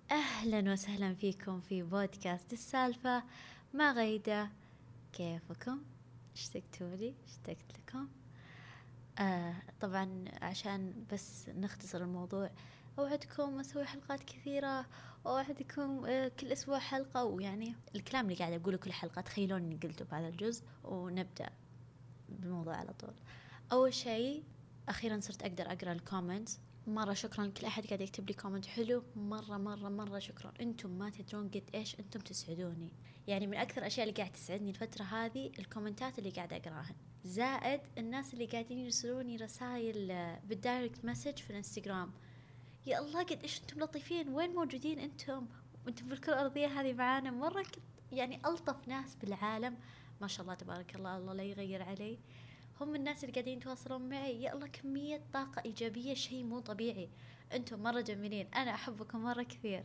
أهلا وسهلا فيكم في بودكاست السالفة مع غيدة. كيفكم؟ اشتقت لكم. طبعا عشان بس نختصر الموضوع، أوعدكم أسوي حلقات كثيرة، وأوعدكم كل أسبوع حلقة، ويعني الكلام اللي قاعدة أقوله كل حلقة تخيلون إني قلته بهذا الجزء. ونبدأ بالموضوع على طول. أول شيء، أخيرا صرت أقدر أقرأ الكومنتس. مرة شكرا لكل أحد قاعد يكتب لي كومنت حلو. مرة شكرا. أنتم ما تدرون قد إيش أنتم تسعدوني. يعني من أكثر الأشياء اللي قاعد تسعدني الفترة هذه الكومنتات اللي قاعد أقرأها، زائد الناس اللي قاعدين يرسلوني رسائل بالدايركت مسج في الانستغرام. يا الله قد إيش أنتم لطيفين، وين موجودين أنتم في الكرة الأرضية هذه معانا. مرة كنت يعني ألطف ناس بالعالم، ما شاء الله تبارك الله، الله لا يغير علي. هم الناس اللي قاعدين يتواصلون معي. يا الله كمية طاقة إيجابية، شيء مو طبيعي. أنتم مرة جميلين، أنا أحبكم مرة كثير.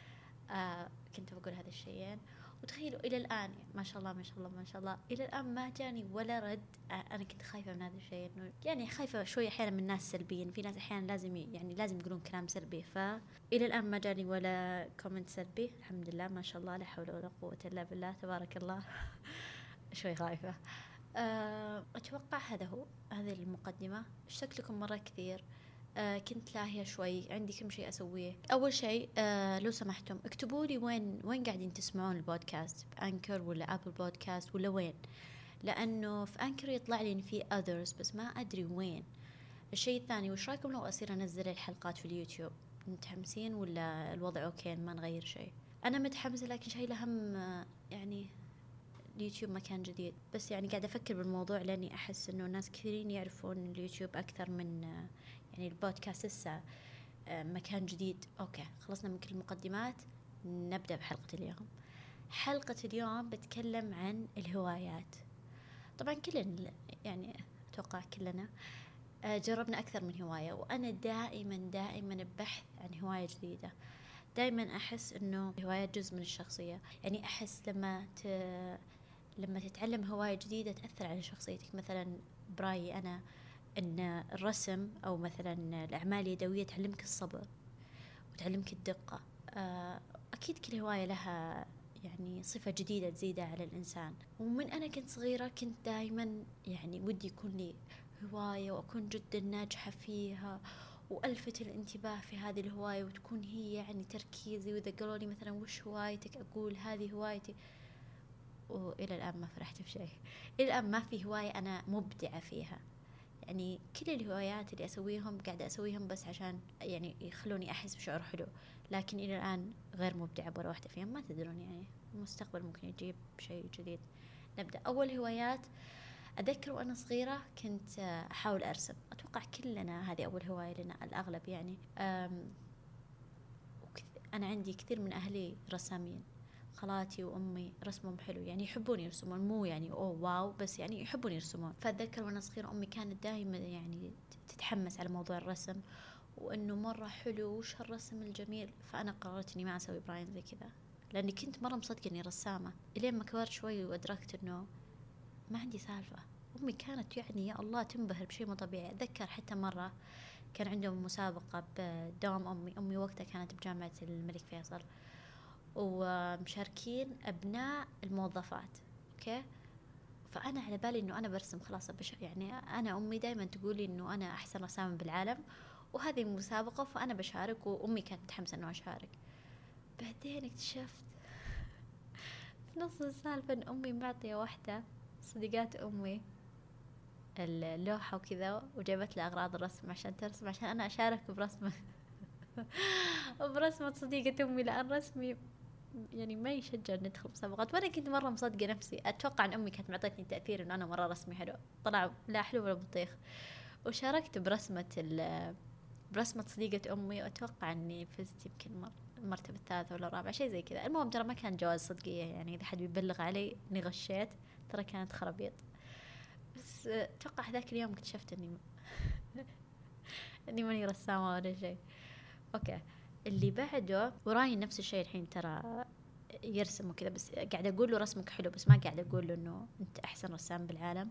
كنت بقول هذا الشيئين. وتخيلوا إلى الآن ما شاء الله ما شاء الله ما شاء الله إلى الآن ما جاني ولا رد. أنا كنت خايفة من هذا الشيء، إنه يعني خايفة شوي أحيانا من الناس سلبيين. في ناس أحيانا لازم يقولون كلام سلبي، فإلى الآن ما جاني ولا كومنت سلبي. الحمد لله ما شاء الله، لا حول ولا قوة إلا بالله، تبارك الله. شوي خايفة. أتوقع هذه المقدمة. اشتقت لكم مرة كثير. كنت لاهية شوي، عندي كم شيء أسويه. أول شيء، لو سمحتم اكتبوا لي وين قاعدين تسمعون البودكاست، بأنكر ولا أبل بودكاست ولا وين؟ لأنه في أنكر يطلع لي إن في others، بس ما أدري وين. الشيء الثاني، وش رأيكم لو أصير أنزل الحلقات في اليوتيوب؟ متحمسين ولا الوضع أوكي ما نغير شيء؟ أنا متحمسة، لكن شايلة هم يعني اليوتيوب مكان جديد. بس يعني قاعدة أفكر بالموضوع، لأني أحس إنه ناس كثيرين يعرفون اليوتيوب أكثر من يعني البودكاست. لسه مكان جديد. أوكي، خلصنا من كل المقدمات، نبدأ بحلقة اليوم. حلقة اليوم بتكلم عن الهوايات. طبعا كلنا، يعني أتوقع كلنا جربنا أكثر من هواية، وأنا دائما ببحث عن هواية جديدة. دائما أحس إنه الهوايات جزء من الشخصية. يعني أحس لما تتعلم هواية جديدة تأثر على شخصيتك. مثلا برأيي أنا أن الرسم أو مثلا الأعمال اليدوية تعلمك الصبر وتعلمك الدقة. أكيد كل هواية لها يعني صفة جديدة تزيدها على الإنسان. ومن أنا كنت صغيرة كنت دائما يعني ودي يكون لي هواية وأكون جدا ناجحة فيها، وألفت الانتباه في هذه الهواية وتكون هي يعني تركيزي. وإذا قالوا لي مثلا وش هوايتك، أقول هذه هوايتي. وإلى الآن ما فرحت بشيء. إلى الآن ما في هواية أنا مبدعة فيها. يعني كل الهوايات اللي أسويهم قاعدة أسويهم بس عشان يعني يخلوني أحس بشعور حلو، لكن إلى الآن غير مبدعة بولا واحدة فيهم. ما تدرون، يعني المستقبل ممكن يجيب شيء جديد. نبدأ. أول هوايات، أذكر وأنا صغيرة كنت أحاول أرسم. أتوقع كلنا هذه أول هواية لنا الأغلب يعني. أنا عندي كثير من أهلي رسامين، خالاتي وأمي رسمهم حلو، يعني يحبون يرسمون، مو يعني أوه واو، بس يعني يحبون يرسمون. فأتذكر وأنا صغيرة أمي كانت دائما يعني تتحمس على موضوع الرسم، وإنه مرة حلو وش هالرسم الجميل. فأنا قررت إني ما أسوي براين زي كذا، لأني كنت مرة مصدقة إني رسامة. إلين ما كبرت شوي وأدركت إنه ما عندي سالفة. أمي كانت يعني يا الله تنبهر بشيء مو طبيعي. أتذكر حتى مرة كان عندهم مسابقة بدوام أمي وقتها كانت بجامعة الملك فيصل، ومشاركين أبناء الموظفات. أوكي، فأنا على بالي إنه أنا برسم خلاص يعني أنا أمي دايما تقولي إنه أنا أحسن رسام بالعالم، وهذه المسابقة فأنا بشارك، وأمي كانت متحمسة إنه أشارك. بعدين اكتشفت في نص السالفة إن أمي معطية واحدة صديقات أمي اللوحة وكذا، وجابت لي أغراض الرسم عشان ترسم، عشان أنا أشارك برسمة برسمة صديقة أمي، لأن رسمي يعني ما يشجع ندخل مسابقات. وأنا كنت مرة مصدقة نفسي. أتوقع أن أمي كانت معطيتني تأثير إنه أنا مرة رسمي حلو، طلع لا حلو ولا بطيخ. وشاركت برسمة صديقة أمي، وأتوقع أني فزت يمكن المرتبة الثالثة ولا الرابعة، شيء زي كذا. المهم ترى ما كان جواز صدقية، يعني إذا حد بيبلغ علي إني غشيت ترى كانت خرابيط. بس أتوقع ذاك اليوم اكتشفت إني ماني رسامة ولا شيء. أوكي، اللي بعده وراي نفس الشيء الحين ترى يرسم وكذا، بس قاعدة أقول له رسمك حلو، بس ما قاعدة أقول له إنه أنت أحسن رسام بالعالم،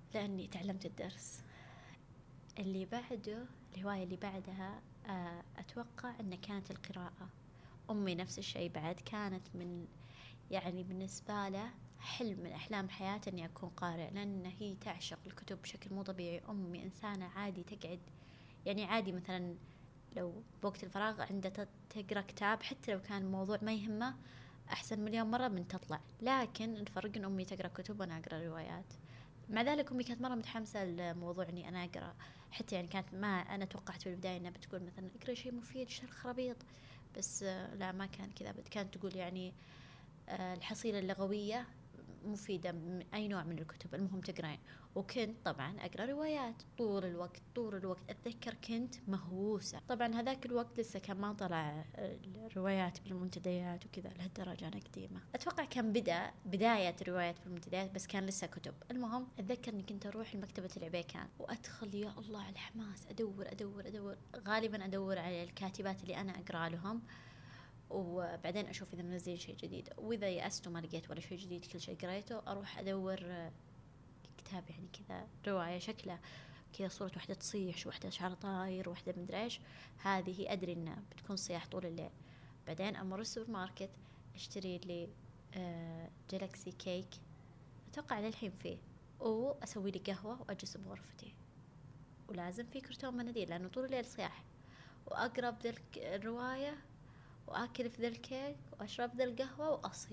لأني تعلمت الدرس. اللي بعده، الهواية اللي بعدها، أتوقع أتوقع أن كانت القراءة. أمي نفس الشيء بعد، كانت من يعني بالنسبة له حلم من أحلام حياتي أني أكون قارئ، لأن هي تعشق الكتب بشكل مو طبيعي. أمي إنسانة عادي تقعد، يعني عادي مثلا لو بوقت الفراغ عندها تقرأ كتاب حتى لو كان الموضوع ما يهمه، أحسن مليون مرة من تطلع. لكن الفرق أن أمي تقرأ كتب وأنا أقرأ روايات. مع ذلك أمي كانت مرة متحمسة لموضوع أني أنا أقرأ، حتى يعني كانت ما أنا توقعت في البداية أنها بتقول مثلا اقرأ شيء مفيد شر خرابيط، بس لا ما كان كذا. كانت تقول يعني الحصيلة اللغوية مفيدة من أي نوع من الكتب، المهم تقرأين. وكنت طبعا أقرأ روايات طول الوقت طول الوقت. أتذكر كنت مهووسة. طبعا هذاك الوقت لسه كان ما طلع الروايات بالمنتديات وكذا لهالدرجة. أنا قديمة، أتوقع كان بداية الروايات بالمنتديات، بس كان لسه كتب. المهم أتذكر أني كنت أروح لمكتبة العبيكان وأدخل، يا الله على الحماس، أدور غالبا أدور على الكاتبات اللي أنا أقرأ لهم، وبعدين أشوف إذا منزلين شيء جديد، وإذا يأست وما لقيت ولا شيء جديد كل شيء قريته أروح أدور كتاب يعني كذا رواية شكله كذا صورة واحدة تصيح، واحدة شعر طاير، واحدة مدري إيش، هذه أدري إنها بتكون صياح طول الليل. بعدين أمر السوبر ماركت أشتري لي جالكسي كيك، أتوقع للحين فيه، وأسوي لي قهوة وأجلس بغرفتي، ولازم في كرتون مناديل لأنه طول الليل صياح، وأقرأ بذلك الرواية وآكل في ذا الكيك وأشرب ذا القهوة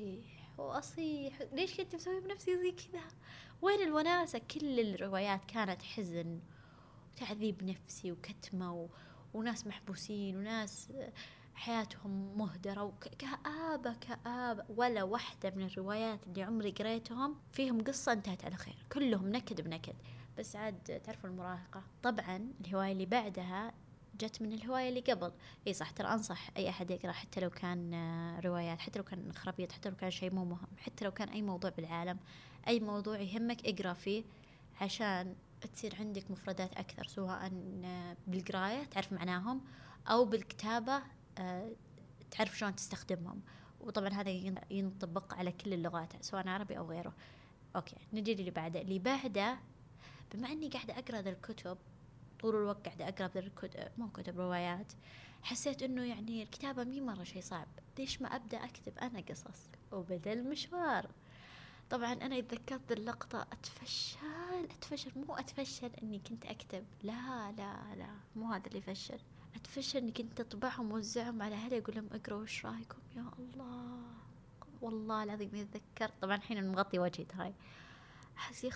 وأصيح ليش كنت مسوي بنفسي زي كذا؟ وين الوناسة؟ كل الروايات كانت حزن وتعذيب نفسي وكتمة وناس محبوسين وناس حياتهم مهدرة وكآبة كآبة. ولا واحدة من الروايات اللي عمري قريتهم فيهم قصة انتهت على خير، كلهم نكد بنكد. بس عاد تعرفوا المراهقة. طبعا الهواية اللي بعدها جت من الهواية اللي قبل. اي صح، ترى انصح اي احد يقرأ حتى لو كان روايات، حتى لو كان خرابيط، حتى لو كان شيء مو مهم، حتى لو كان اي موضوع بالعالم، اي موضوع يهمك اقرأ فيه، عشان تصير عندك مفردات اكثر، سواء بالقراية تعرف معناهم او بالكتابة تعرف شلون تستخدمهم. وطبعا هذا ينطبق على كل اللغات سواء عربي او غيره. اوكي نجي اللي بعده. بما اني قاعدة اقرأ ذا الكتب طول الوقت، قاعدة أقرأ مو كتب روايات، حسيت إنه يعني الكتابة مي مرة شيء صعب، ليش ما أبدأ أكتب أنا قصص وبدأ المشوار. طبعا أنا اتذكرت اللقطة أتفشل، مو أتفشل إني كنت أكتب، لا مو هذا اللي فشل. أتفشل إني كنت أطبعهم ووزعهم على أهلي، أقول لهم اقرأوا وش رايكم. يا الله والله العظيم يتذكر. طبعا الحين مغطي وجهي تراي، أحس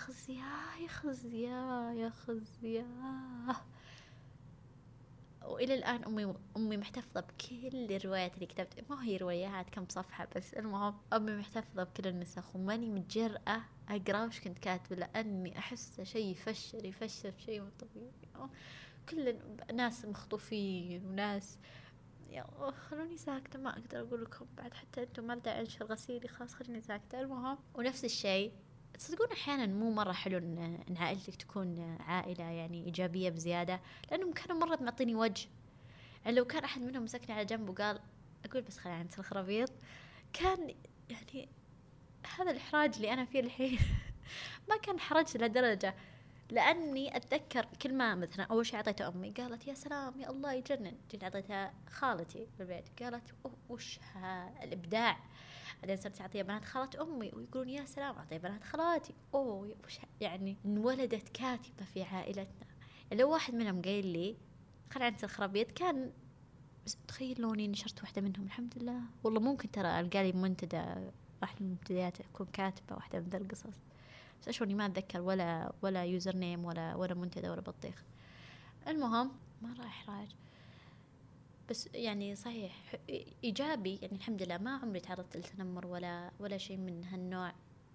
يا خزياه. وإلى الآن أمي محتفظة بكل الروايات اللي كتبت، ما هي روايات كم صفحة بس، المهم أمي محتفظة بكل النسخ، وماني متجرأة أقرأ وش كنت كاتبة لأني أحس شيء يفشل شيء مو طبيعي. كل ناس مخطوفين وناس، يا خلوني ساكتة، ما أقدر أقول لكم بعد، حتى أنتم ما لداعي أنشر غسيلي، خلاص خليني ساكتة. المهم ونفس الشيء تصدقون أحيانا مو مرة حلو إن عائلتك تكون عائلة يعني إيجابية بزيادة، لأنهم كانوا مرة معطيني وجه. يعني لو كان أحد منهم مسكني على جنب وقال أقول بس خلينا ننسى الخرابيط، كان يعني هذا الإحراج اللي أنا فيه الحين ما كان حرج لدرجة. لأني أتذكر كل ما مثلا أول شيء أعطيته أمي قالت يا سلام يا الله يجنن، جيت أعطيتها خالتي في البيت قالت وش الإبداع. بعدين صرت أعطيها بنات خالات أمي ويقولون يا سلام، أعطيها بنات خالاتي وش يعني انولدت كاتبة في عائلتنا. لو واحد منهم قايل لي خلينا ننسى الخرابيط، كان بس تخيلوني نشرت واحدة منهم الحمد لله. والله ممكن ترى ألقالي منتدى واحدة من المنتديات أكون كاتبة واحدة من ذا القصص، بس أشوني ما أتذكر ولا يوزر نيم ولا منتدى ولا بطيخ. المهم مرة إحراج، بس يعني صحيح إيجابي يعني الحمد لله، ما عمري تعرضت للتنمر ولا شيء من هالنوع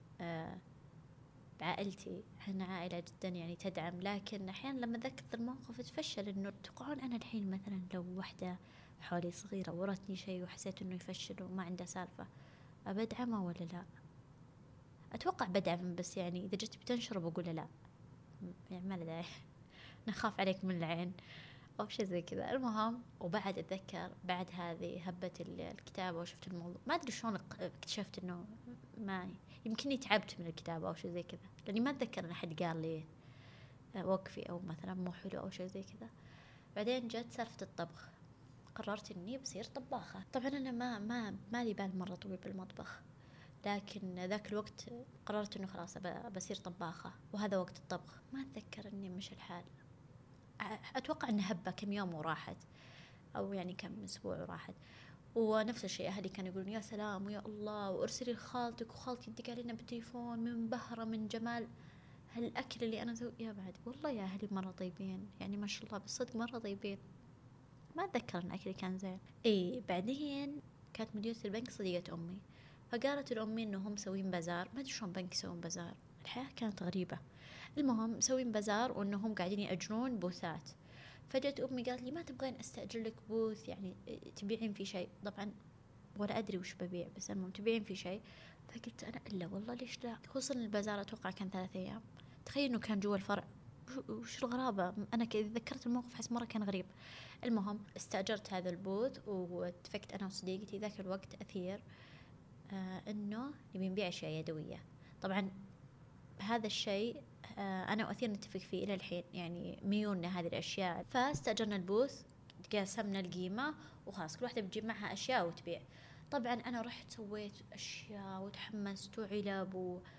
بعائلتي. احنا عائلة جدا يعني تدعم، لكن أحيانا لما ذكرت الموقف تفشل. إنه تقعون أنا الحين مثلا لو واحدة حولي صغيرة ورتني شيء وحسيت إنه يفشل وما عنده سالفة، أبدعمه ولا لا؟ أتوقع بدعم، بس يعني إذا جيت بتنشر بقول لا يعني ما له داعي نخاف عليك من العين أو شيء زي كذا. المهم وبعد أتذكر بعد هذه هبة الكتابة وشفت الموضوع، ما أدري شلون اكتشفت إنه ما يمكنني تعبت من الكتابة أو شيء زي كذا، لأني ما أتذكر أن أحد قال لي وقفي أو مثلا مو حلو أو شيء زي كذا. بعدين جت سالفة الطبخ، قررت إني بصير طباخة. طبعا أنا ما لي بال مرة طويل بالمطبخ، لكن ذاك الوقت قررت إنه خلاص بصير طباخة، وهذا وقت الطبخ. ما أتذكر إني مش الحال، أتوقع إن هبة كم يوم وراحت، أو يعني كم أسبوع وراحت. ونفس الشيء أهلي كانوا يقولون يا سلام ويا الله، وأرسلي لخالتك، وخالتي تدق علينا بالتليفون منبهرة من جمال هالأكل اللي أنا أسوي. يا بعد والله يا أهلي مرة طيبين، يعني ما شاء الله بالصدق مرة طيبين. ما أتذكر إن أكلي كان زين. إيه بعدين كانت مديرة البنك صديقة أمي، فقالت لأمي إنهم مسوين بازار. ما أدري شلون بنك يسوون بازار، الحياة كانت غريبة. المهم مسوين بازار وإنهم قاعدين يأجرون بوثات. فجأت أمي قالت لي ما تبغين أستأجر لك بوث، يعني تبيعين في شيء؟ طبعا ولا أدري وش ببيع، بس المهم تبيعين في شيء. فقلت أنا إلا والله ليش لا. خصوصا البازار أتوقع كان 3 أيام، تخيل إنه كان جوا الفرع. وش الغرابة، أنا كذا ذكرت الموقف حس مرة كان غريب. المهم استأجرت هذا البوث، واتفقت أنا وصديقتي ذاك الوقت أثير إنه نبي نبيع أشياء يدوية. طبعا هذا الشيء أنا وأثير نتفق فيه إلى الحين، يعني ميولنا هذه الأشياء. فاستأجرنا البوث، قسمنا القيمة، وخلاص كل واحدة بتجيب معها أشياء وتبيع. طبعا أنا رحت سويت أشياء وتحمست وعلب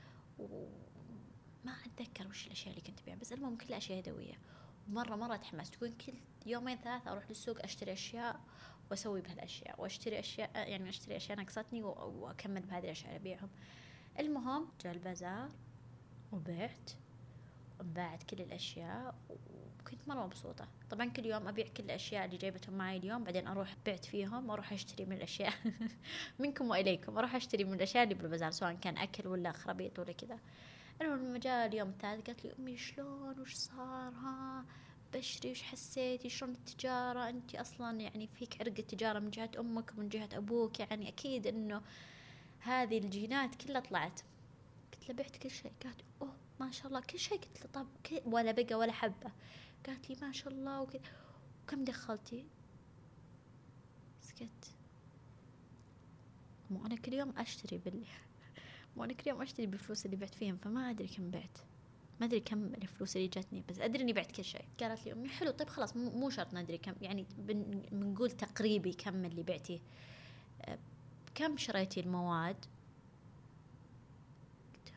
وما أتذكر وش الأشياء اللي كنت أبيع، بس المهم كلها أشياء يدوية. ومرة تحمست، تكون كل يومين 3 أروح للسوق أشتري أشياء وأسوي بهالأشياء، وأشتري أشياء، يعني أشتري أشياء ناقصتني وأكمل بهذه الأشياء أبيعهم. المهم جاء البازار وبعت، وباعت كل الأشياء، وكنت مرة مبسوطة. طبعا كل يوم أبيع كل الأشياء اللي جايبتهم معي اليوم، بعدين أروح بعت فيهم وأروح أشتري من الأشياء منكم وإليكم، أروح أشتري من الأشياء اللي بالبازار، سواء كان أكل ولا خرابيط ولا كذا. المهم لما جاء اليوم الثالث قالت لي أمي شلون، وش صار، ها بشري، وش حسيتي، شلون التجارة، أنت أصلا يعني فيك عرق التجارة من جهة أمك ومن جهة أبوك، يعني أكيد إنه هذه الجينات كلها طلعت. قلت له بعت كل شيء. قالت أوه ما شاء الله كل شيء. قلت له طب ولا بقى ولا حبة؟ قالت لي ما شاء الله وكذا. وكم دخلتي؟ سكت. مو أنا كل يوم أشتري مو أنا كل يوم أشتري بفلوس اللي بعت فيهم، فما أدري كم بعت، ما أدري كم الفلوس اللي جاتني، بس أدري إني بعت كل شيء. قالت لي أمي حلو طيب خلاص مو شرط ندري كم، يعني بنقول تقريبي كم اللي بعتيه. كم شريتي المواد؟ قلت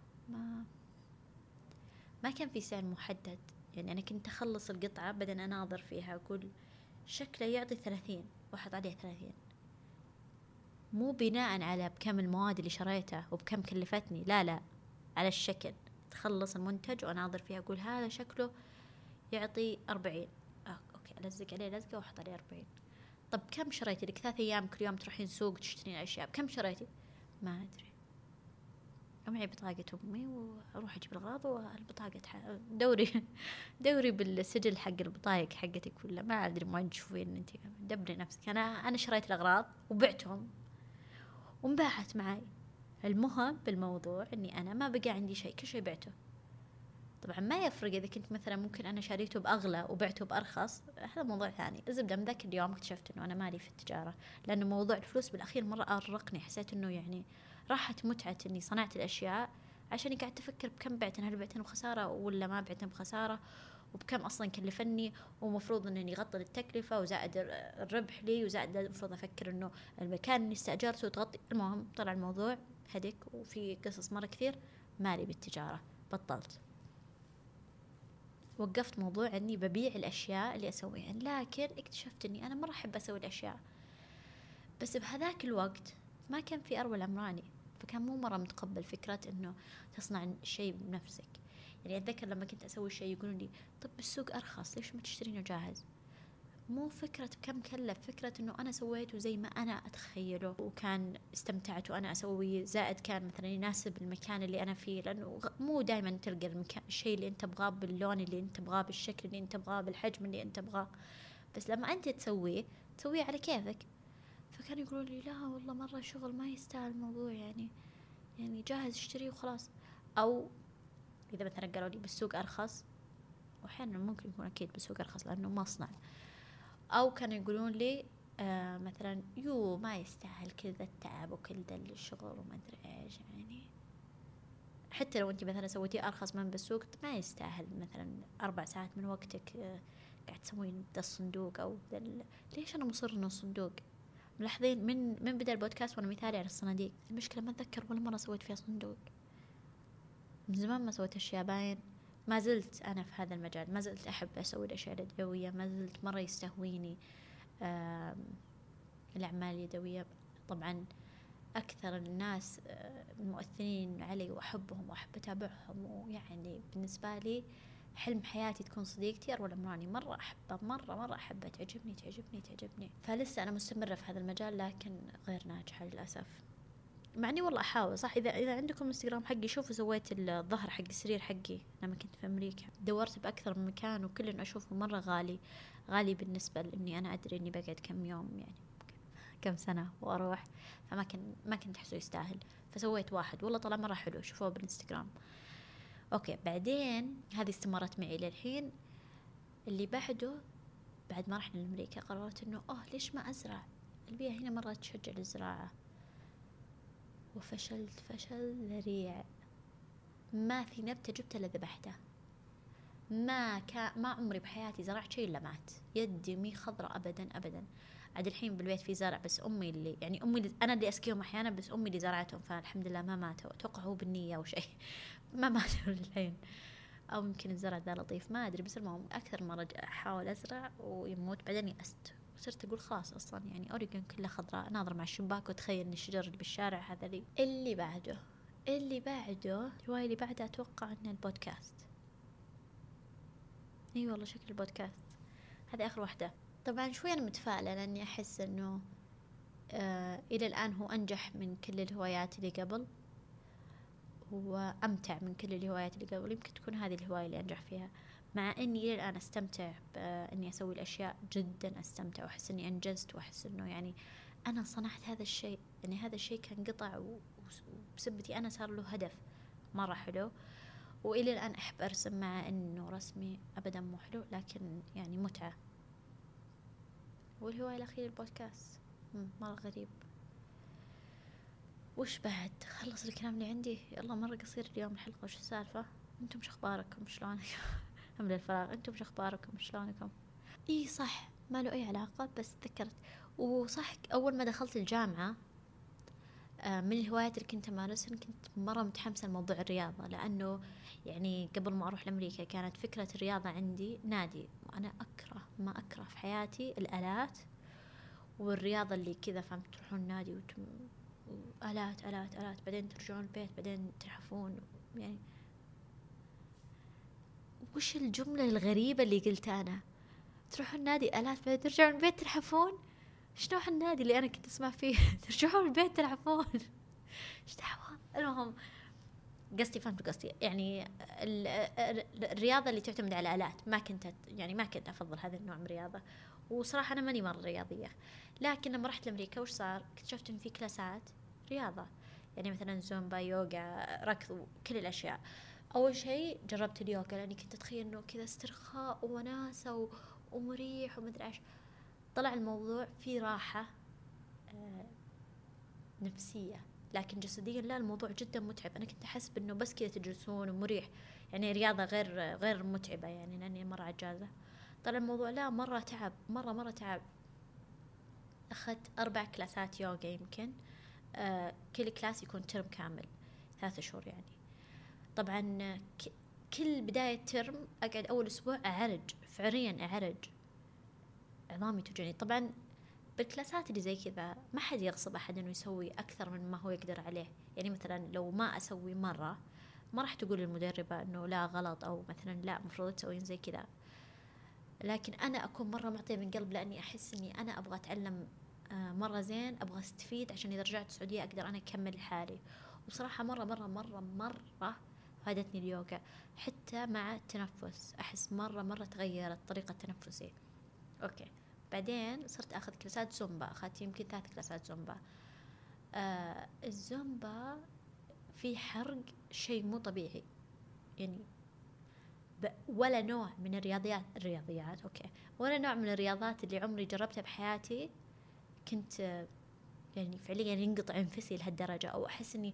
ما كان في سعر محدد، يعني أنا كنت أخلص القطعة بعدين أناظر فيها أقول شكله يعطي 30 وأحط عليه 30، مو بناء على بكم المواد اللي شريتها وبكم كلفتني، لا على الشكل. تخلص المنتج وأناظر فيها أقول هذا شكله يعطي 40، أوكي ألزق عليه لزقة وأحط عليه 40. طب كم شريتي لك 3 أيام كل يوم تروحين سوق تشترين أشياء، بكم شريتي؟ ما أدري. معي بطاقة أمي وأروح أجيب الأغراض، والبطاقة دوري بالسجل حق البطايق حقتك ولا ما أدري، ما تشوفين أنت دبري نفسك. أنا شريت الأغراض وبعتهم وانباعت معي. المهم بالموضوع إني أنا ما بقى عندي شيء، كل شيء بعته. طبعا ما يفرق إذا كنت مثلا ممكن أنا شريته بأغلى وبعته بأرخص، هذا موضوع ثاني. الزبدة من ذاك اليوم اكتشفت إنه أنا مالي في التجارة، لأنه موضوع الفلوس بالأخير مرة أرقني. حسيت إنه يعني راحت متعة إني صنعت الأشياء عشان قاعد أفكر بكم بعتن، هل بعتن بخسارة ولا ما بعتن بخسارة، وبكم أصلا كلفني، ومفروض إنني أغطي التكلفة وزائد الربح لي، وزائد المفروض أفكر إنه المكان اللي استأجرته تغطي. المهم طلع الموضوع هدك وفي قصص مرة كثير. مالي بالتجارة، بطلت، وقفت موضوع اني ببيع الاشياء اللي اسويها. لكن اكتشفت اني انا مرة احب اسوي الاشياء، بس بهذاك الوقت ما كان في اروى العمراني، فكان مو مرة متقبل فكرة انه تصنع شيء بنفسك. يعني اتذكر لما كنت اسوي شيء يقولون لي طب بالسوق ارخص ليش ما تشترينه جاهز. مو فكرة بكم كلف، فكرة انه انا سويته زي ما انا اتخيله، وكان استمتعت وانا اسويه، زائد كان مثلا يناسب المكان اللي انا فيه، لانه مو دائما تلقى المكان الشيء اللي انت تبغاه باللون اللي انت تبغاه بالشكل اللي انت تبغاه بالحجم اللي انت تبغاه، بس لما انت تسويه على كيفك. فكانوا يقولون لي لا والله مرة شغل ما يستاهل الموضوع، يعني جاهز اشتريه وخلاص. او اذا مثلا قالوا لي بالسوق ارخص، واحيانا ممكن يكون اكيد بالسوق ارخص لانه مصنع، او كانوا يقولون لي مثلا ما يستاهل كل ذا التعب وكل ذا الشغل وما ادري ايش، يعني حتى لو انت مثلا سويتيه ارخص من بالسوق ما يستاهل مثلا 4 ساعات من وقتك قاعد تسوين ذا الصندوق أو ليش أنا مصر إنه الصندوق؟ ملاحظين من بدأ البودكاست وأنا مثالي على الصناديق. المشكلة ما أتذكر ولا مرة سويت فيها صندوق، من زمان ما سويت أشياء. باين ما زلت أنا في هذا المجال، ما زلت أحب أسوي الأشياء اليدوية، ما زلت مرة يستهويني الأعمال اليدوية. طبعا أكثر الناس المؤثرين علي وأحبهم وأحب أتابعهم، ويعني بالنسبة لي حلم حياتي تكون صديقتي أروى العمراني. مرة أحبها، مرة أحبها، تعجبني. فلسه أنا مستمرة في هذا المجال لكن غير ناجحة للأسف، مع اني والله احاول. صح، اذا عندكم انستغرام حقي شوفوا، سويت الظهر حق السرير حقي لما كنت في امريكا، دورت باكثر من مكان وكل انه اشوفه مره غالي بالنسبه لاني انا ادري اني بقعد كم يوم، يعني كم سنه واروح، ما كنت احسه يستاهل. فسويت واحد والله طلع مره حلو، شوفوه بالانستغرام. اوكي، بعدين هذه استمرت معي للحين. اللي بعده بعد ما رحنا لامريكا قررت انه ليش ما ازرع؟ البيئه هنا مره تشجع للزراعه، وفشلت فشل ذريع. ما في نبتة جبتها إلا ذبحتها. ما عمري بحياتي زرعت شيء إلا مات. يدي مي خضرة أبدا. عاد الحين بالبيت في زرع، بس أمي اللي أنا اللي أسقيهم أحيانا، بس أمي اللي زرعتهم، فالحمد لله ما ماتوا. أتوقع هو بالنية أو شيء ما ماتوا للحين، أو يمكن الزرع ذا لطيف ما أدري. بس المهم أكثر مرة أحاول أزرع ويموت، بعدين يأست وصرت أقول خلاص. أصلا يعني أوريجون كلها خضراء، ناظر مع الشباك وتخيل إن الشجر اللي بالشارع هذا لي. اللي بعده الهواية اللي بعدها أتوقع أن البودكاست. والله شكل البودكاست هذه آخر واحدة. طبعا شوي أنا متفائلة لأني أحس أنه إلى الآن هو أنجح من كل الهوايات اللي قبل، وأمتع من كل الهوايات اللي قبل. يمكن تكون هذه الهواية اللي أنجح فيها، مع أني إلى الآن أستمتع بأني أسوي الأشياء، جدا أستمتع وأحس أني أنجزت، وأحس أنه يعني أنا صنعت هذا الشيء. يعني هذا الشيء كان قطع وبسبتي أنا صار له هدف مرة حلو. وإلى الآن أحب أرسم، مع أنه رسمي أبدا مو حلو، لكن يعني متعة. والهواية الأخيرة البودكاست. مرة غريب. وش بعد؟ خلص الكلام اللي عندي. يلا مرة قصير اليوم الحلقة. وش السالفة؟ انتم شو اخباركم؟ شلونكم؟ حمل الفراغ. انتم شو اخباركم؟ شلونكم؟ صح، ما له اي علاقة، بس تذكرت. وصح، اول ما دخلت الجامعة من الهوايات اللي كنت امارسها كنت مرة متحمسة لموضوع الرياضة، لانه يعني قبل ما اروح لامريكا كانت فكرة الرياضة عندي نادي. وانا ما اكره في حياتي الالات والرياضة اللي كذا، فهمت؟ تروحون نادي آلات بعدين ترجعون البيت بعدين تلحفون. يعني وش الجملة الغريبة اللي قلتها أنا؟ تروحون نادي آلات بعدين ترجعون البيت تلحفون؟ إيش نوع النادي اللي أنا كنت أسمع فيه؟ ترجعون البيت تلحفون؟ إيش دعوة؟ المهم فهمت قصدي. يعني الرياضة اللي تعتمد على آلات ما كنت أفضل هذا النوع من الرياضة. وصراحة أنا ماني مرة رياضية. لكن لما رحت لأمريكا وش صار؟ اكتشفت إن في كلاسات رياضة، يعني مثلا زومبا، يوغا، ركض، كل الأشياء. أول شيء جربت اليوغا لأني كنت أتخيل إنه كذا استرخاء وناسة ومريح ومدري إيش. طلع الموضوع فيه راحة نفسية، لكن جسديا لا، الموضوع جدا متعب. أنا كنت أحس بأنه بس كذا تجلسون ومريح، يعني رياضة غير متعبة، يعني لأني مرة عجازة. طلع الموضوع لا، مرة تعب، مرة تعب. أخذت 4 كلاسات يوغا يمكن. كل كلاس يكون ترم كامل 3 شهور يعني. طبعا كل بداية ترم أقعد أول أسبوع فعليا أعرج، عظامي توجعني. طبعا بالكلاسات اللي زي كذا ما حد يغصب أحد إنه يسوي أكثر من ما هو يقدر عليه. يعني مثلا لو ما أسوي مرة، ما راح تقول للمدربة إنه لا غلط، أو مثلا لا مفروض تسوين زي كذا. لكن أنا أكون مرة معطية من قلب، لأني أحس إني أنا أبغى أتعلم مرة زين، أبغى أستفيد عشان إذا رجعت السعودية أقدر أنا أكمل حالي. وصراحة مرة فادتني اليوغا. حتى مع التنفس أحس مرة تغيرت طريقة تنفسي. أوكي، بعدين صرت أخذ كلاسات زومبا، أخذت يمكن 3 كلاسات زومبا. الزومبا في حرق شيء مو طبيعي، يعني ولا نوع من الرياضيات أوكي، ولا نوع من الرياضات اللي عمري جربتها بحياتي كنت يعني فعليا ينقطع انفسي لهالدرجة، أو أحس إني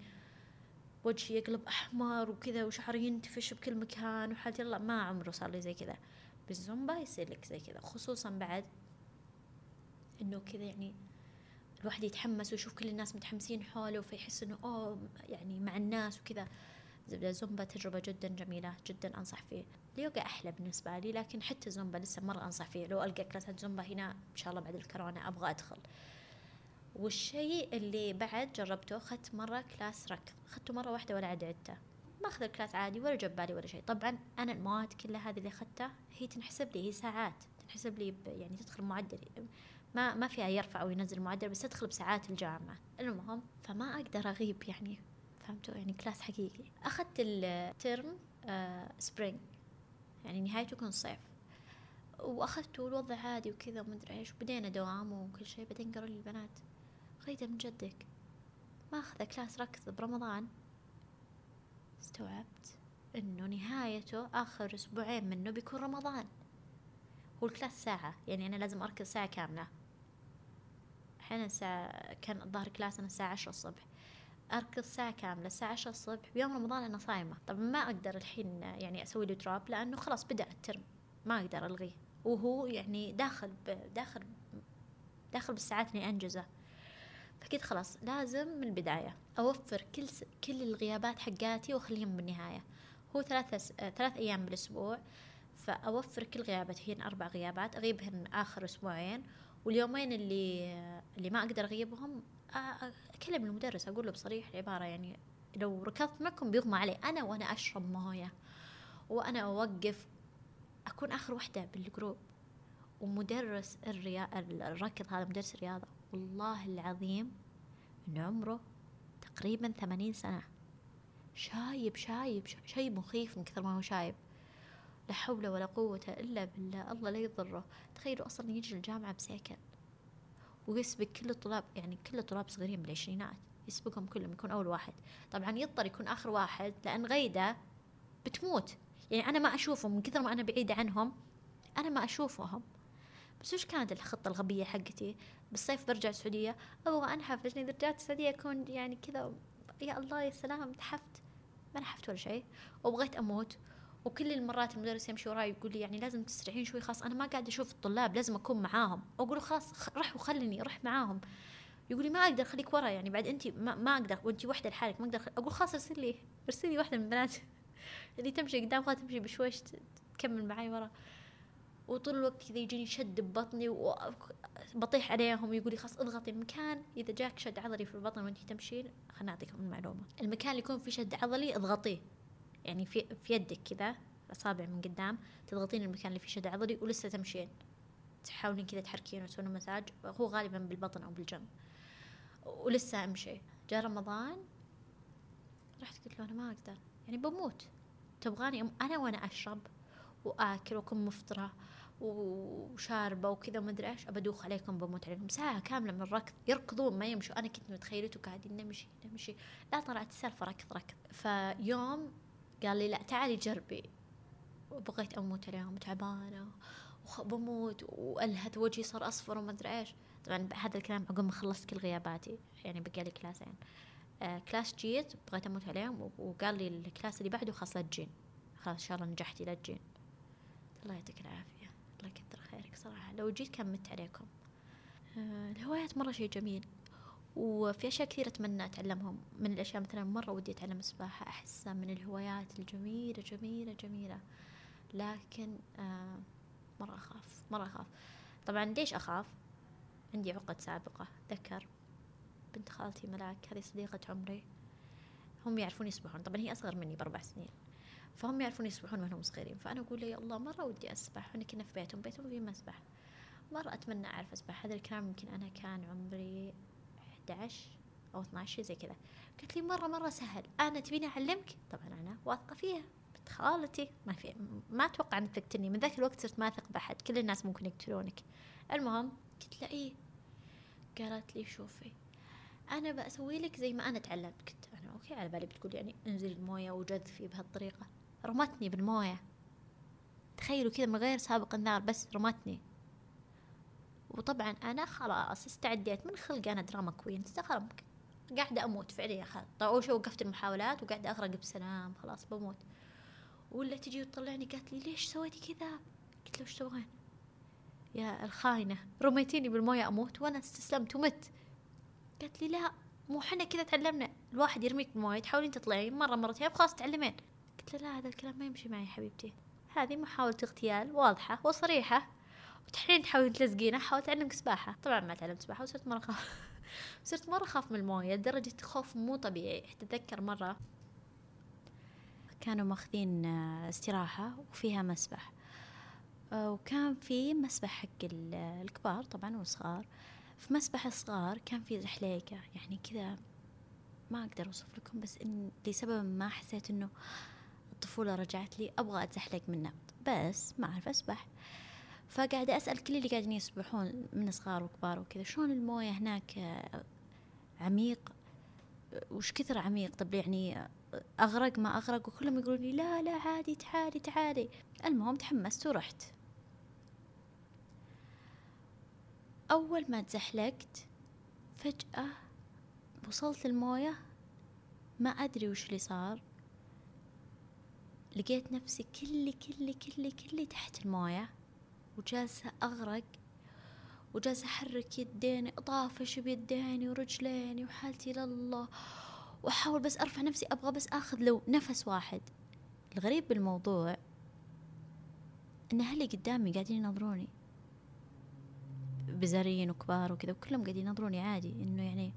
وجهي يقلب أحمر وكذا وشعري ينتفش بكل مكان وحالتي الله، ما عمره صار لي زي كذا. بالزومبا يصير لك زي كذا، خصوصا بعد انه كذا يعني الواحد يتحمس ويشوف كل الناس متحمسين حوله فيحس انه اوه يعني مع الناس وكذا. زبدة الزومبا تجربة جدا جميلة، جدا أنصح فيه. اليوغا أحلى بالنسبة لي، لكن حتى الزومبا لسه مرة أنصح فيه. لو ألقى كلاسات زومبا هنا إن شاء الله بعد الكورونا أبغى أدخل. والشيء اللي بعد جربته، أخذت مرة كلاس ركض، أخذته مرة واحدة ولا عاد عدته، ما أخذ الكلاس عادي ولا جاب بالي ولا شيء. طبعا أنا المواد كلها هذه اللي أخذتها هي تنحسب لي، هي ساعات تنحسب لي يعني تدخل معدل، ما فيها يرفع أو ينزل معدل، بس تدخل بساعات الجامعة. المهم فما أقدر أغيب يعني، فهمتوا يعني كلاس حقيقي. أخذت الترم سبرينج يعني نهايته يكون صيف، وأخذته الوضع عادي وكذا ومدري إيش، وبدينا دوام وكل شيء. بعدين قالوا لي البنات غيدا من جدك ما أخذ كلاس ركض برمضان. استوعبت إنه نهايته آخر أسبوعين منه بيكون رمضان. هو الكلاس ساعة، يعني أنا لازم أركض ساعة كاملة. أحيانا الساعة كان الظهر كلاسنا الساعة 10 الصبح، أركض ساعة كاملة الساعة 10 الصبح بيوم رمضان. أنا صايمة طبعا، ما أقدر الحين يعني أسوي له دروب لأنه خلاص بدأ الترم، ما أقدر ألغيه، وهو يعني داخل بالساعات اللي أنجزه. فكده خلاص لازم من البداية أوفر كل الغيابات حقاتي وأخليهم بالنهاية. هو 3 أيام بالأسبوع، فأوفر كل غياباتي، هي 4 غيابات أغيبهن آخر أسبوعين. واليومين اللي ما أقدر أغيبهم أكلم المدرس أقول له بصريح العبارة يعني لو ركضت معكم بيغمى علي أنا، وأنا أشرب موية وأنا أوقف، أكون آخر وحدة بالجروب. ومدرس الركض هذا مدرس الرياضة والله العظيم من عمره تقريبا 80 سنة، شايب مخيف من كثر ما هو شايب. لا حول ولا قوة إلا بالله، الله لا يضره. تخيلوا أصلا يجي الجامعة بسيكل ويسبق كل الطلاب، يعني كل الطلاب صغيرين بالعشرينات يسبقهم كلهم، يكون أول واحد. طبعا يضطر يكون آخر واحد لأن غيدة بتموت، يعني أنا ما أشوفهم من كثر ما أنا بعيدة عنهم، أنا ما أشوفهم. بس وش كانت الخطة الغبية حقتي؟ بالصيف برجع السعودية أبغى أنحف، عشان إذا رجعت السعودية أكون يعني كذا يا الله يا سلام تحفت. ما نحفت ولا شيء، وبغيت أموت. وكل المرات المدرس يمشي وراي يقول لي يعني لازم تسرعين شوي، خلاص أنا ما قاعدة أشوف الطلاب لازم أكون معاهم. أقول خلاص رح وخلني رح معاهم. يقول لي ما أقدر خليك ورا، يعني بعد أنت ما أقدر وأنت وحدة لحالك ما أقدر أقول خلاص ارسلي واحدة من البنات اللي تمشي قدام خلاص تمشي بشويش تكمل معاي ورا. وطول الوقت كذا يجيني شد ببطني وبطيح عليهم، ويقول لي خلاص اضغطي المكان، اذا جاك شد عضلي في البطن وانت تمشين، خلنا اعطيكم المعلومه، المكان اللي يكون فيه شد عضلي اضغطيه، يعني في يدك كذا الاصابع من قدام تضغطين المكان اللي فيه شد عضلي ولسه تمشين، تحاولين كذا تحركين وتسوين مساج، هو غالبا بالبطن او بالجنب، ولسه امشي. جاء رمضان رحت قلت له انا ما اقدر، يعني بموت، تبغاني انا وانا اشرب واكل واكون مفطره وشاربه وكذا وما ادري ايش، ابدوخ عليكم بموت عليكم ساعه كامله من الركض، يركضون ما يمشوا. انا كنت متخيلته قاعدين نمشي. لا طلعت السالفه ركض. فيوم قال لي لا تعالي جربي، وبغيت اموت عليهم تعبانه وبموت والهت وجهي صار اصفر وما ادري ايش. طبعا هذا الكلام عقب ما خلصت كل غياباتي، يعني بقى لي كلاسين. كلاس جيت بغيت اموت عليهم، وقال لي الكلاس اللي بعده خلاص لا تجين، خلاص ان شاء الله نجحتي لا تجين. الله يعطيك العافيه، الله يكثر خيرك صراحه، لو جيت كان مت عليكم. الهوايات مره شيء جميل، وفي اشياء كثير اتمنى اتعلمهم. من الاشياء مثلا مره ودي اتعلم السباحه، احسها من الهوايات الجميله جميله جميله، لكن مره اخاف. طبعا ليش اخاف؟ عندي عقد سابقه، ذكر بنت خالتي ملاك هذه صديقه عمري، هم يعرفون يسبحون، طبعا هي اصغر مني ب4 سنين، فهم يعرفون يسبحون وهم صغيرين. فانا اقول يا الله مره ودي اسبح، وانا كنا في بيتهم في مسبح، مره اتمنى اعرف اسبح. هذا الكلام يمكن انا كان عمري 11 او 12 زي كذا. قالت لي مره سهل، انا تبيني اعلمك؟ طبعا انا واثقه فيها، بنت خالتي ما اتوقع انك تقتلني. من ذاك الوقت صرت ما اثق باحد، كل الناس ممكن يقتلونك. المهم قلت لها ايه؟ قالت لي شوفي انا بسوي لك زي ما انا تعلمت. كنت انا اوكي على بالي بتقول يعني انزلي المويه وجذفي بهالطريقه، رمتني بالمويه، تخيلوا كذا من غير سابق انذار، بس رمتني. وطبعا انا خلاص استعديت من خلق، انا دراما كوين استغرب، قاعده اموت فعليا. خلاص اول شيء وقفت المحاولات وقاعده اغرق بسلام، خلاص بموت. ولا تجي وتطلعني قالت لي ليش سويتي كذا؟ قلت له وش تبغين يا الخاينة، رميتيني بالموية أموت وأنا استسلمت ومت. قالت لي لا، مو حنا كذا تعلمنا، الواحد يرميك بالموية تحاولين تطلعين مرة مرتين خلاص تعلمين. قلت له لا، هذا الكلام ما يمشي معي حبيبتي، هذه محاولة اغتيال واضحة وصريحة، وتحين تحاولين تلزقينه. حاولت أعلمك سباحة، طبعا ما تعلمت سباحة وصرت مرة خاف صرت مرة خاف من الموية لدرجة خوف مو طبيعي. أتذكر مرة كانوا ماخذين استراحة وفيها مسبح، وكان في مسبح حق الكبار طبعا والصغار. في مسبح الصغار كان في زحليقة، يعني كذا ما أقدر أوصف لكم، بس إن لسبب ما حسيت إنه الطفولة رجعت لي أبغى أتزحلق منه، بس ما أعرف أسبح. فقاعدة أسأل كل اللي قاعدين يسبحون من صغار وكبار وكذا، شلون الموية هناك عميق، وش كثر عميق، طب يعني أغرق ما أغرق؟ وكلهم يقولون لي لا لا عادي تعالي تعالي. المهم تحمست ورحت. أول ما تزحلقت فجأة وصلت الموية، ما أدري وش اللي صار، لقيت نفسي كلي تحت الموية، وجالسة أغرق، وجالسة أحرك يديني، أطافش بيديني ورجليني وحالتي لله، وأحاول بس أرفع نفسي، أبغى بس أخذ لو نفس واحد. الغريب بالموضوع إن أهلي قدامي قاعدين ينظروني، بزارين وكبار وكذا، وكلهم قاعدين ينظروني عادي، إنه يعني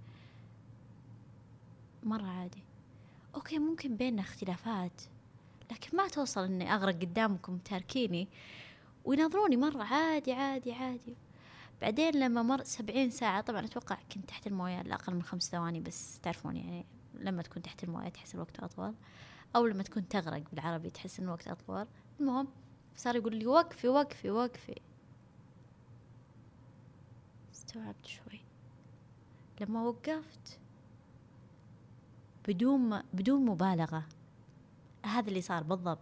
مرة عادي. أوكي ممكن بيننا اختلافات، لكن ما توصل إني أغرق قدامكم تاركيني وينظروني مرة عادي عادي عادي. بعدين لما مر 70 ساعة، طبعا أتوقع كنت تحت الموية لأقل من 5 ثواني، بس تعرفون يعني لما تكون تحت الموية تحس الوقت أطول، أو لما تكون تغرق بالعربي تحس إن الوقت أطول. المهم صار يقول لي وقفي وقفي وقفي. استوعبت شوي لما وقفت، بدون مبالغة هذا اللي صار بالضبط.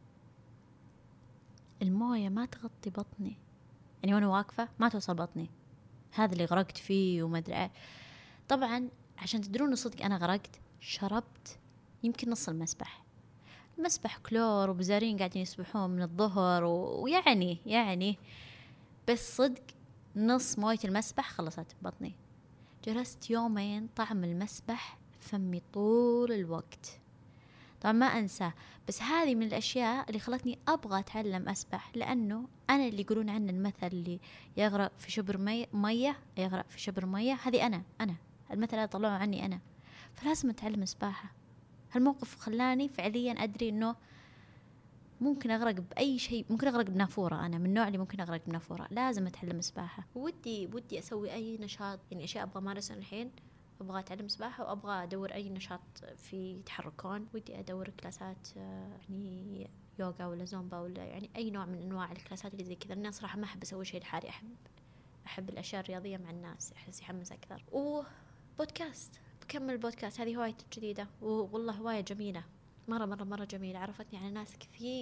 الموية ما تغطي بطني، يعني وأنا واقفة ما توصل بطني، هذا اللي غرقت فيه وما أدري. طبعا عشان تدرون صدق أنا غرقت، شربت يمكن نص المسبح. المسبح كلور وبزارين قاعدين يسبحون من الظهر يعني بس صدق نص موية المسبح خلصت بطني. جلست يومين طعم المسبح فمي طول الوقت، طبعا ما أنسى. بس هذه من الأشياء اللي خلتني أبغى أتعلم أسبح، لأنه أنا اللي يقولون عنه المثل اللي يغرق في شبر مية يغرق في شبر مية، هذه أنا المثل هذا طلعوا عني أنا، فلازم أتعلم سباحة. هالموقف خلاني فعليا أدري أنه ممكن أغرق بأي شيء، ممكن أغرق بنافورة، أنا من النوع اللي ممكن أغرق بنافورة، لازم أتعلم سباحة. ودي أسوي أي نشاط، يعني أشياء أبغى أمارسها الحين، أبغى أتعلم سباحة، وأبغى أدور أي نشاط في تحركون. ودي أدور كلاسات يعني يوغا ولا زومبا ولا يعني أي نوع من أنواع الكلاسات اللي زي كذا. أنا صراحة ما أحب أسوي شيء لحالي، أحب الأشياء الرياضية مع الناس، أحس يحمس أكثر. وبودكاست، بكمل بودكاست، هذه هوايتي الجديدة، والله هواية جميلة، مرة جميلة. عرفتني على ناس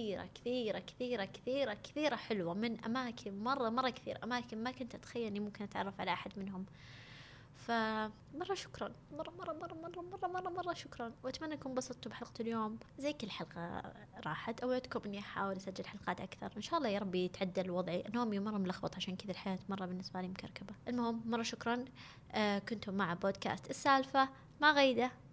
كثيرة حلوة من أماكن مرة كثير، أماكن ما كنت أتخيل أني ممكن أتعرف على أحد منهم. فمرة شكرا، مرة شكرا، وأتمنى أنكم انبسطتوا بحلقة اليوم. زي كل حلقة راحت أوعدكم أني أحاول أسجل حلقات أكثر إن شاء الله، يا ربي يتعدل وضعي، نومي مرة ملخبط عشان كذا الحياة مرة بالنسبة لي مكركبة. المهم مرة شكرا. كنتم مع بودكاست السالفة مع غيدة.